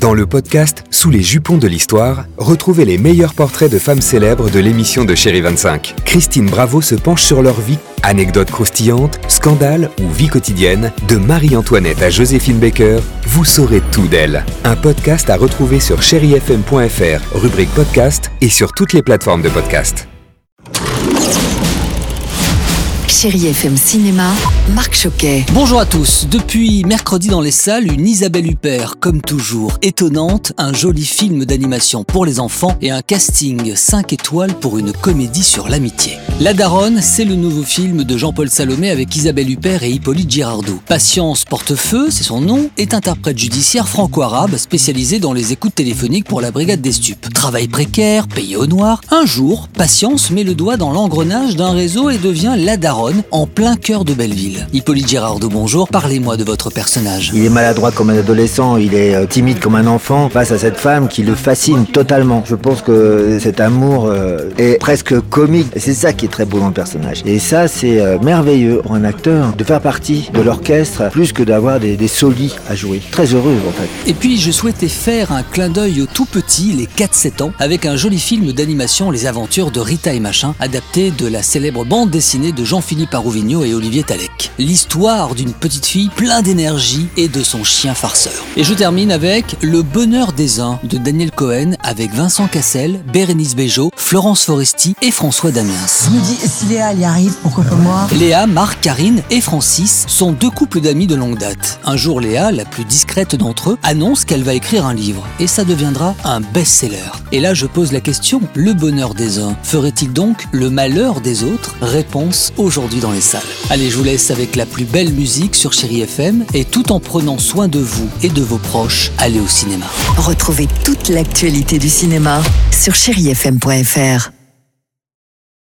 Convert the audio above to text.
Dans le podcast Sous les jupons de l'histoire, retrouvez les meilleurs portraits de femmes célèbres de l'émission de Chérie 25. Christine Bravo se penche sur leur vie, anecdotes croustillantes, scandales ou vie quotidienne, de Marie-Antoinette à Joséphine Baker, vous saurez tout d'elle. Un podcast à retrouver sur chérifm.fr, rubrique podcast et sur toutes les plateformes de podcast. Chérie FM Cinéma, Marc Choquet. Bonjour à tous. Depuis mercredi dans les salles, une Isabelle Huppert, comme toujours, étonnante, un joli film d'animation pour les enfants et un casting 5 étoiles pour une comédie sur l'amitié. La Daronne, c'est le nouveau film de Jean-Paul Salomé avec Isabelle Huppert et Hippolyte Girardot. Patience Portefeu, c'est son nom, est interprète judiciaire franco-arabe spécialisé dans les écoutes téléphoniques pour la brigade des stupes. Travail précaire, payé au noir. Un jour, Patience met le doigt dans l'engrenage d'un réseau et devient la Daronne, en plein cœur de Belleville. Hippolyte Girardot, bonjour, parlez-moi de votre personnage. Il est maladroit comme un adolescent, il est timide comme un enfant face à cette femme qui le fascine totalement. Je pense que cet amour est presque comique, et c'est ça qui est très beau dans le personnage. Et ça, c'est merveilleux pour un acteur de faire partie de l'orchestre, plus que d'avoir des solis à jouer. Très heureux en fait. Et puis, je souhaitais faire un clin d'œil aux tout petits, les 4-7 ans, avec un joli film d'animation, Les Aventures de Rita et Machin, adapté de la célèbre bande dessinée de Jean-Philippe Arouvigno et Olivier Talec. L'histoire d'une petite fille plein d'énergie et de son chien farceur. Et je termine avec Le Bonheur des uns de Daniel Cohen avec Vincent Cassel, Bérénice Bejo, Florence Foresti et François Damiens. Je me dis, si Léa y arrive, pourquoi pas moi ? Léa, Marc, Karine et Francis sont deux couples d'amis de longue date. Un jour, Léa, la plus discrète d'entre eux, annonce qu'elle va écrire un livre et ça deviendra un best-seller. Et là, je pose la question, le bonheur des uns ferait-il donc le malheur des autres ? Réponse aujourd'hui dans les salles. Allez, je vous laisse avec la plus belle musique sur Chérie FM et tout en prenant soin de vous et de vos proches, allez au cinéma. Retrouvez toute l'actualité du cinéma sur chérifm.fr.